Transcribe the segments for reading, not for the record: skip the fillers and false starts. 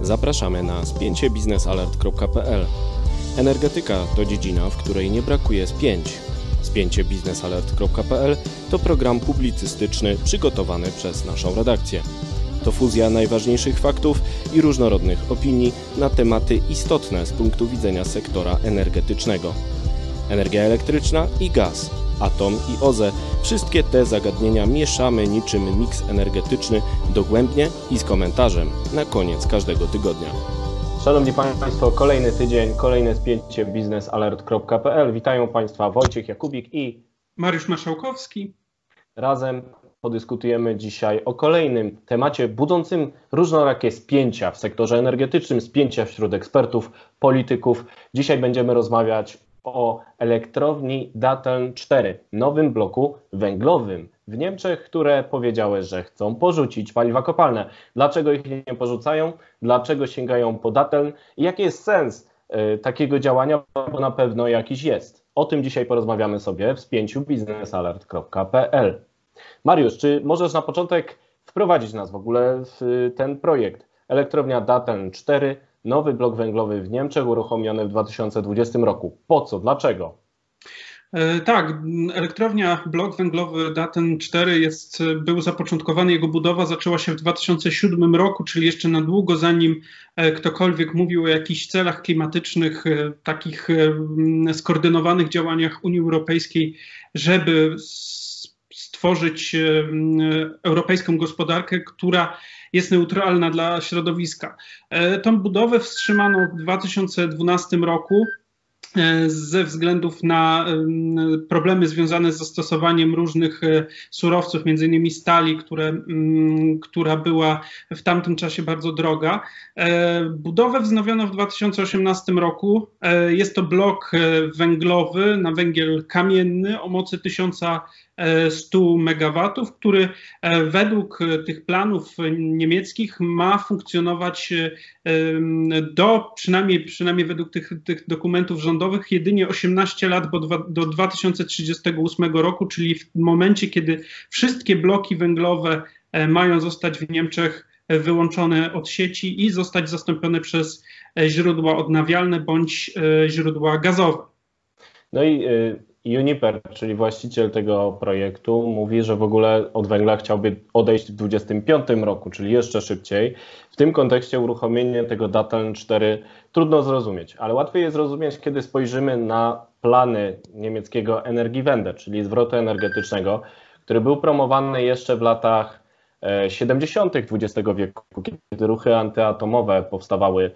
Zapraszamy na spięciebiznesalert.pl. Energetyka to dziedzina, w której nie brakuje spięć. Spięciebiznesalert.pl to program publicystyczny przygotowany przez naszą redakcję. To fuzja najważniejszych faktów i różnorodnych opinii na tematy istotne z punktu widzenia sektora energetycznego. Energia elektryczna i gaz, atom i OZE. Wszystkie te zagadnienia mieszamy niczym miks energetyczny dogłębnie i z komentarzem na koniec każdego tygodnia. Szanowni Państwo, kolejny tydzień, kolejne spięcie biznesalert.pl. Witają Państwa Wojciech Jakubik i Mariusz Marszałkowski. Razem podyskutujemy dzisiaj o kolejnym temacie budzącym różnorakie spięcia w sektorze energetycznym, spięcia wśród ekspertów, polityków. Dzisiaj będziemy rozmawiać o elektrowni Datteln 4, nowym bloku węglowym w Niemczech, które powiedziały, że chcą porzucić paliwa kopalne. Dlaczego ich nie porzucają? Dlaczego sięgają po Datteln? I jaki jest sens takiego działania? Bo na pewno jakiś jest. O tym dzisiaj porozmawiamy sobie w spięciu biznesalert.pl. Mariusz, czy możesz na początek wprowadzić nas w ogóle w ten projekt? Elektrownia Datteln 4, nowy blok węglowy w Niemczech, uruchomiony w 2020 roku. Po co? Dlaczego? Tak, elektrownia, blok węglowy Datteln 4 był zapoczątkowany, jego budowa zaczęła się w 2007 roku, czyli jeszcze na długo zanim ktokolwiek mówił o jakichś celach klimatycznych, takich skoordynowanych działaniach Unii Europejskiej, żeby stworzyć europejską gospodarkę, która jest neutralna dla środowiska. Tą budowę wstrzymano w 2012 roku ze względów na problemy związane z zastosowaniem różnych surowców, m.in. stali, która była w tamtym czasie bardzo droga. Budowę wznowiono w 2018 roku. Jest to blok węglowy na węgiel kamienny o mocy 1100 MW, który według tych planów niemieckich ma funkcjonować przynajmniej według tych dokumentów rządowych jedynie 18 lat, bo do 2038 roku, czyli w momencie, kiedy wszystkie bloki węglowe mają zostać w Niemczech wyłączone od sieci i zostać zastąpione przez źródła odnawialne bądź źródła gazowe. No i Uniper, czyli właściciel tego projektu, mówi, że w ogóle od węgla chciałby odejść w 2025 roku, czyli jeszcze szybciej. W tym kontekście uruchomienie tego Datteln 4 trudno zrozumieć, ale łatwiej jest zrozumieć, kiedy spojrzymy na plany niemieckiego Energiewende, czyli zwrotu energetycznego, który był promowany jeszcze w latach 70. XX wieku, kiedy ruchy antyatomowe powstawały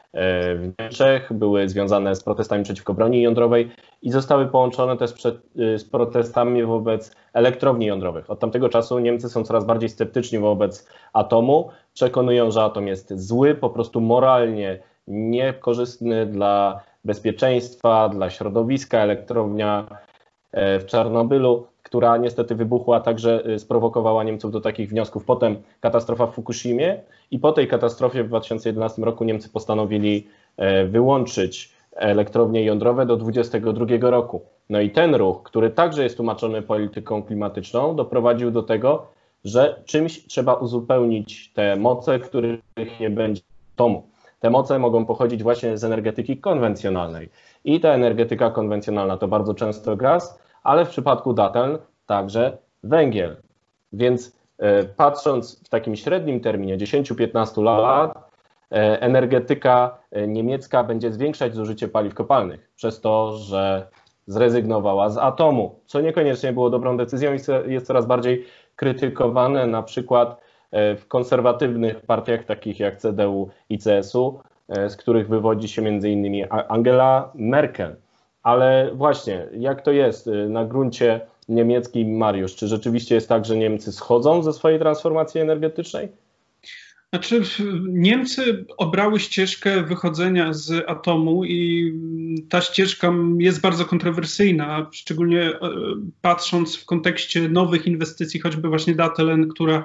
w Niemczech, były związane z protestami przeciwko broni jądrowej i zostały połączone też z protestami wobec elektrowni jądrowych. Od tamtego czasu Niemcy są coraz bardziej sceptyczni wobec atomu, przekonują, że atom jest zły, po prostu moralnie niekorzystny dla bezpieczeństwa, dla środowiska. Elektrownia w Czarnobylu, która niestety wybuchła, także sprowokowała Niemców do takich wniosków. Potem katastrofa w Fukushimie i po tej katastrofie w 2011 roku Niemcy postanowili wyłączyć elektrownie jądrowe do 2022 roku. No i ten ruch, który także jest tłumaczony polityką klimatyczną, doprowadził do tego, że czymś trzeba uzupełnić te moce, których nie będzie atomu. Te moce mogą pochodzić właśnie z energetyki konwencjonalnej. I ta energetyka konwencjonalna to bardzo często gaz, ale w przypadku Datteln także węgiel. Więc patrząc w takim średnim terminie 10-15 lat, energetyka niemiecka będzie zwiększać zużycie paliw kopalnych przez to, że zrezygnowała z atomu, co niekoniecznie było dobrą decyzją i jest coraz bardziej krytykowane na przykład w konserwatywnych partiach takich jak CDU i CSU, z których wywodzi się m.in. Angela Merkel. Ale właśnie, jak to jest na gruncie niemieckim, Mariusz? Czy rzeczywiście jest tak, że Niemcy schodzą ze swojej transformacji energetycznej? Znaczy, Niemcy obrały ścieżkę wychodzenia z atomu i ta ścieżka jest bardzo kontrowersyjna, szczególnie patrząc w kontekście nowych inwestycji, choćby właśnie Datteln, która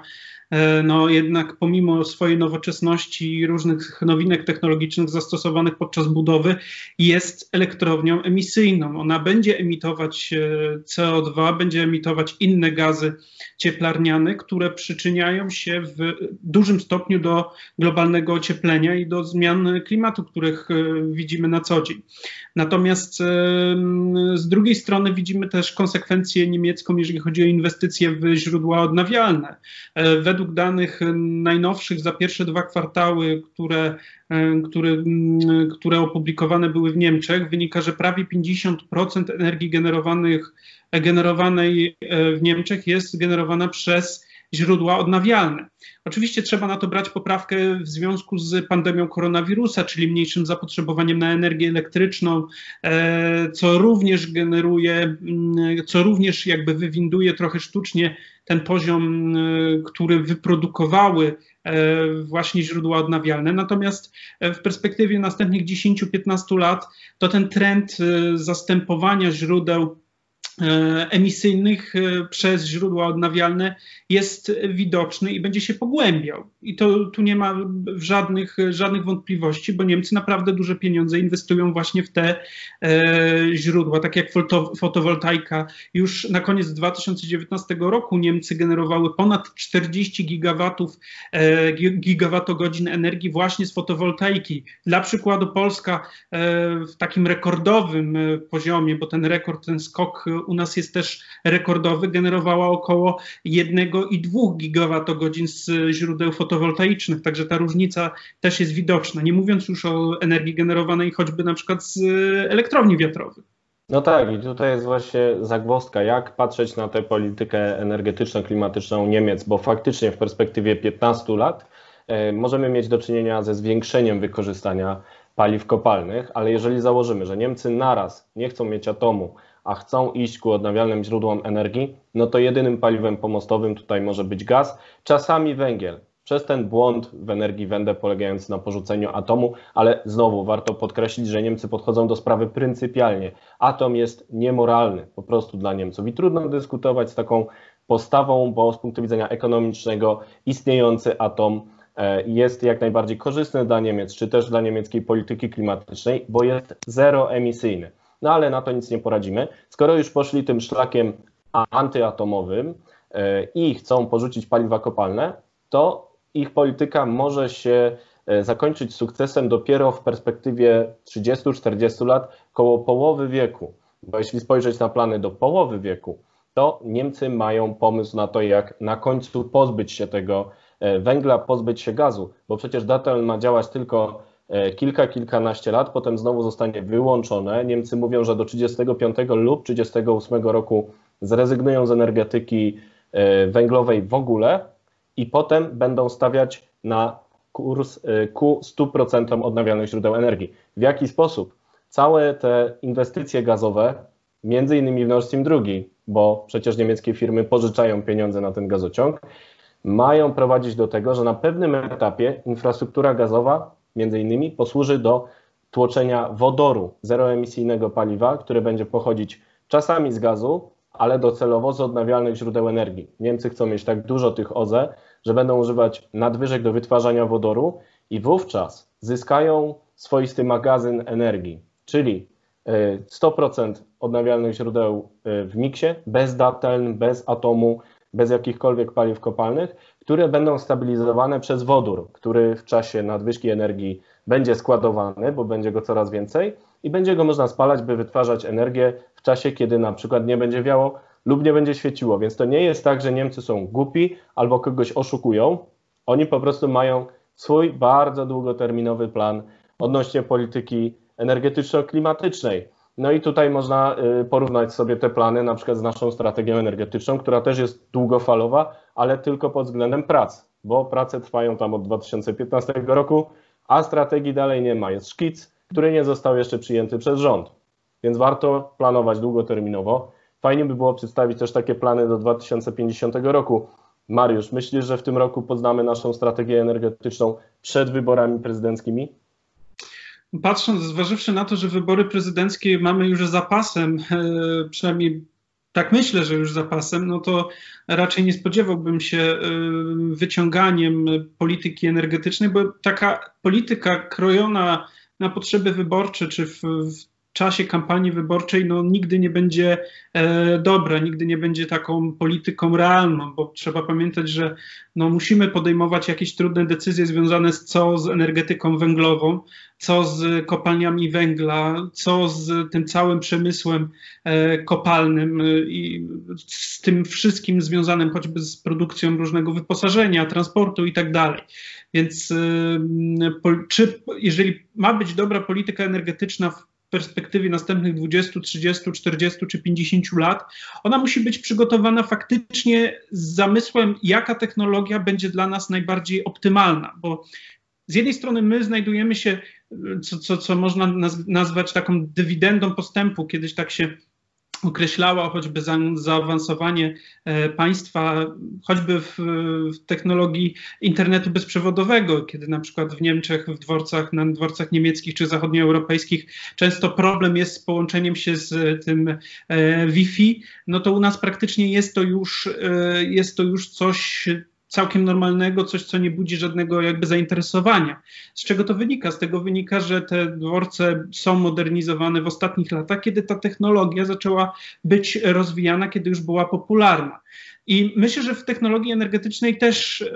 no jednak pomimo swojej nowoczesności i różnych nowinek technologicznych zastosowanych podczas budowy, jest elektrownią emisyjną. Ona będzie emitować CO2, będzie emitować inne gazy cieplarniane, które przyczyniają się w dużym stopniu do globalnego ocieplenia i do zmian klimatu, których widzimy na co dzień. Natomiast z drugiej strony widzimy też konsekwencję niemiecką, jeżeli chodzi o inwestycje w źródła odnawialne. Według danych najnowszych za pierwsze 2 kwartały, które opublikowane były w Niemczech, wynika, że prawie 50% energii generowanej w Niemczech jest generowana przez źródła odnawialne. Oczywiście trzeba na to brać poprawkę w związku z pandemią koronawirusa, czyli mniejszym zapotrzebowaniem na energię elektryczną, co również jakby wywinduje trochę sztucznie ten poziom, który wyprodukowały właśnie źródła odnawialne. Natomiast w perspektywie następnych 10-15 lat to ten trend zastępowania źródeł emisyjnych przez źródła odnawialne jest widoczny i będzie się pogłębiał. I to tu nie ma żadnych wątpliwości, bo Niemcy naprawdę duże pieniądze inwestują właśnie w te źródła, tak jak fotowoltaika. Już na koniec 2019 roku Niemcy generowały ponad 40 gigawatogodzin energii właśnie z fotowoltaiki. Dla przykładu Polska w takim rekordowym poziomie, bo ten rekord, ten skok u nas jest też rekordowy, generowała około 1,2 gigawatogodzin z źródeł fotowoltaicznych, także ta różnica też jest widoczna, nie mówiąc już o energii generowanej choćby na przykład z elektrowni wiatrowych. No tak, i tutaj jest właśnie zagwozdka, jak patrzeć na tę politykę energetyczno-klimatyczną Niemiec, bo faktycznie w perspektywie 15 lat możemy mieć do czynienia ze zwiększeniem wykorzystania paliw kopalnych, ale jeżeli założymy, że Niemcy naraz nie chcą mieć atomu, a chcą iść ku odnawialnym źródłom energii, no to jedynym paliwem pomostowym tutaj może być gaz, czasami węgiel. Przez ten błąd w energii Wende polegający na porzuceniu atomu, ale znowu warto podkreślić, że Niemcy podchodzą do sprawy pryncypialnie. Atom jest niemoralny po prostu dla Niemców i trudno dyskutować z taką postawą, bo z punktu widzenia ekonomicznego istniejący atom jest jak najbardziej korzystny dla Niemiec, czy też dla niemieckiej polityki klimatycznej, bo jest zeroemisyjny. No ale na to nic nie poradzimy. Skoro już poszli tym szlakiem antyatomowym i chcą porzucić paliwa kopalne, to ich polityka może się zakończyć sukcesem dopiero w perspektywie 30-40 lat, koło połowy wieku. Bo jeśli spojrzeć na plany do połowy wieku, to Niemcy mają pomysł na to, jak na końcu pozbyć się tego węgla, pozbyć się gazu, bo przecież Datteln ma działać tylko kilkanaście lat, potem znowu zostanie wyłączone. Niemcy mówią, że do 35 lub 38 roku zrezygnują z energetyki węglowej w ogóle i potem będą stawiać na kurs ku 100% odnawialnych źródeł energii. W jaki sposób? Całe te inwestycje gazowe, między innymi w Nord Stream 2, bo przecież niemieckie firmy pożyczają pieniądze na ten gazociąg, mają prowadzić do tego, że na pewnym etapie infrastruktura gazowa między innymi posłuży do tłoczenia wodoru, zeroemisyjnego paliwa, które będzie pochodzić czasami z gazu, ale docelowo z odnawialnych źródeł energii. Niemcy chcą mieć tak dużo tych OZE, że będą używać nadwyżek do wytwarzania wodoru i wówczas zyskają swoisty magazyn energii, czyli 100% odnawialnych źródeł w miksie, bez Datteln, bez atomu, bez jakichkolwiek paliw kopalnych, które będą stabilizowane przez wodór, który w czasie nadwyżki energii będzie składowany, bo będzie go coraz więcej i będzie go można spalać, by wytwarzać energię w czasie, kiedy na przykład nie będzie wiało lub nie będzie świeciło. Więc to nie jest tak, że Niemcy są głupi albo kogoś oszukują. Oni po prostu mają swój bardzo długoterminowy plan odnośnie polityki energetyczno-klimatycznej. No i tutaj można porównać sobie te plany na przykład z naszą strategią energetyczną, która też jest długofalowa, ale tylko pod względem prac, bo prace trwają tam od 2015 roku, a strategii dalej nie ma. Jest szkic, który nie został jeszcze przyjęty przez rząd, więc warto planować długoterminowo. Fajnie by było przedstawić też takie plany do 2050 roku. Mariusz, myślisz, że w tym roku poznamy naszą strategię energetyczną przed wyborami prezydenckimi? Patrząc, zważywszy na to, że wybory prezydenckie mamy już za pasem, przynajmniej Tak myślę, że już zapasem, no to raczej nie spodziewałbym się wyciąganiem polityki energetycznej, bo taka polityka krojona na potrzeby wyborcze czy w czasie kampanii wyborczej no, nigdy nie będzie dobra, nigdy nie będzie taką polityką realną, bo trzeba pamiętać, że no, musimy podejmować jakieś trudne decyzje związane z energetyką węglową, co z kopalniami węgla, co z tym całym przemysłem kopalnym i z tym wszystkim związanym choćby z produkcją różnego wyposażenia, transportu i tak dalej. Więc jeżeli ma być dobra polityka energetyczna w perspektywie następnych 20, 30, 40 czy 50 lat, ona musi być przygotowana faktycznie z zamysłem, jaka technologia będzie dla nas najbardziej optymalna, bo z jednej strony my znajdujemy się, co można nazwać taką dywidendą postępu, kiedyś tak się określała choćby zaawansowanie państwa, choćby w technologii internetu bezprzewodowego, kiedy na przykład w Niemczech, na dworcach niemieckich czy zachodnioeuropejskich często problem jest z połączeniem się z tym Wi-Fi, no to u nas praktycznie jest to już coś całkiem normalnego, coś, co nie budzi żadnego jakby zainteresowania. Z czego to wynika? Z tego wynika, że te dworce są modernizowane w ostatnich latach, kiedy ta technologia zaczęła być rozwijana, kiedy już była popularna. I myślę, że w technologii energetycznej też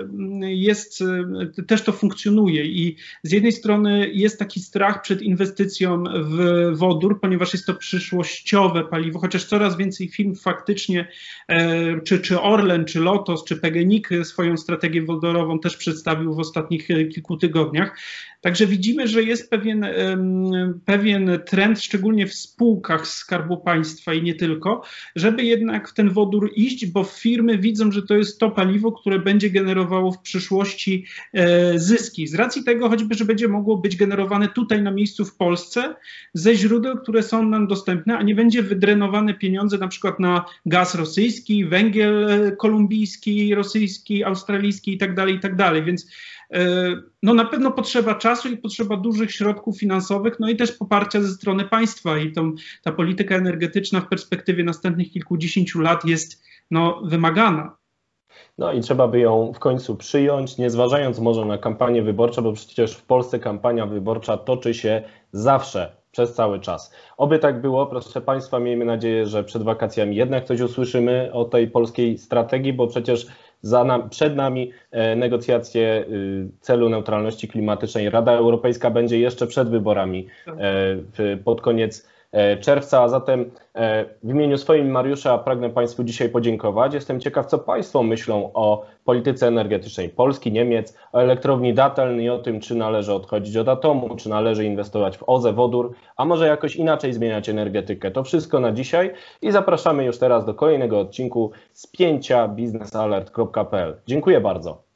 to funkcjonuje i z jednej strony jest taki strach przed inwestycją w wodór, ponieważ jest to przyszłościowe paliwo, chociaż coraz więcej firm faktycznie, czy Orlen, czy Lotos, czy PGNiG swoją strategię wodorową też przedstawił w ostatnich kilku tygodniach. Także widzimy, że jest pewien trend, szczególnie w spółkach Skarbu Państwa i nie tylko, żeby jednak w ten wodór iść, bo firmy widzą, że to jest to paliwo, które będzie generowało w przyszłości zyski. Z racji tego choćby, że będzie mogło być generowane tutaj na miejscu w Polsce ze źródeł, które są nam dostępne, a nie będzie wydrenowane pieniądze na przykład na gaz rosyjski, węgiel kolumbijski, rosyjski, australijski itd., itd. Więc no na pewno potrzeba czasu i potrzeba dużych środków finansowych, no i też poparcia ze strony państwa i ta polityka energetyczna w perspektywie następnych kilkudziesięciu lat jest no, wymagana. No i trzeba by ją w końcu przyjąć, nie zważając może na kampanię wyborczą, bo przecież w Polsce kampania wyborcza toczy się zawsze, przez cały czas. Oby tak było, proszę Państwa, miejmy nadzieję, że przed wakacjami jednak coś usłyszymy o tej polskiej strategii, bo przecież przed nami negocjacje celu neutralności klimatycznej. Rada Europejska będzie jeszcze przed wyborami pod koniec czerwca, a zatem w imieniu swoim Mariusza pragnę Państwu dzisiaj podziękować. Jestem ciekaw, co Państwo myślą o polityce energetycznej Polski, Niemiec, o elektrowni Datteln i o tym, czy należy odchodzić od atomu, czy należy inwestować w OZE, wodór, a może jakoś inaczej zmieniać energetykę. To wszystko na dzisiaj i zapraszamy już teraz do kolejnego odcinku z pięcia biznesalert.pl. Dziękuję bardzo.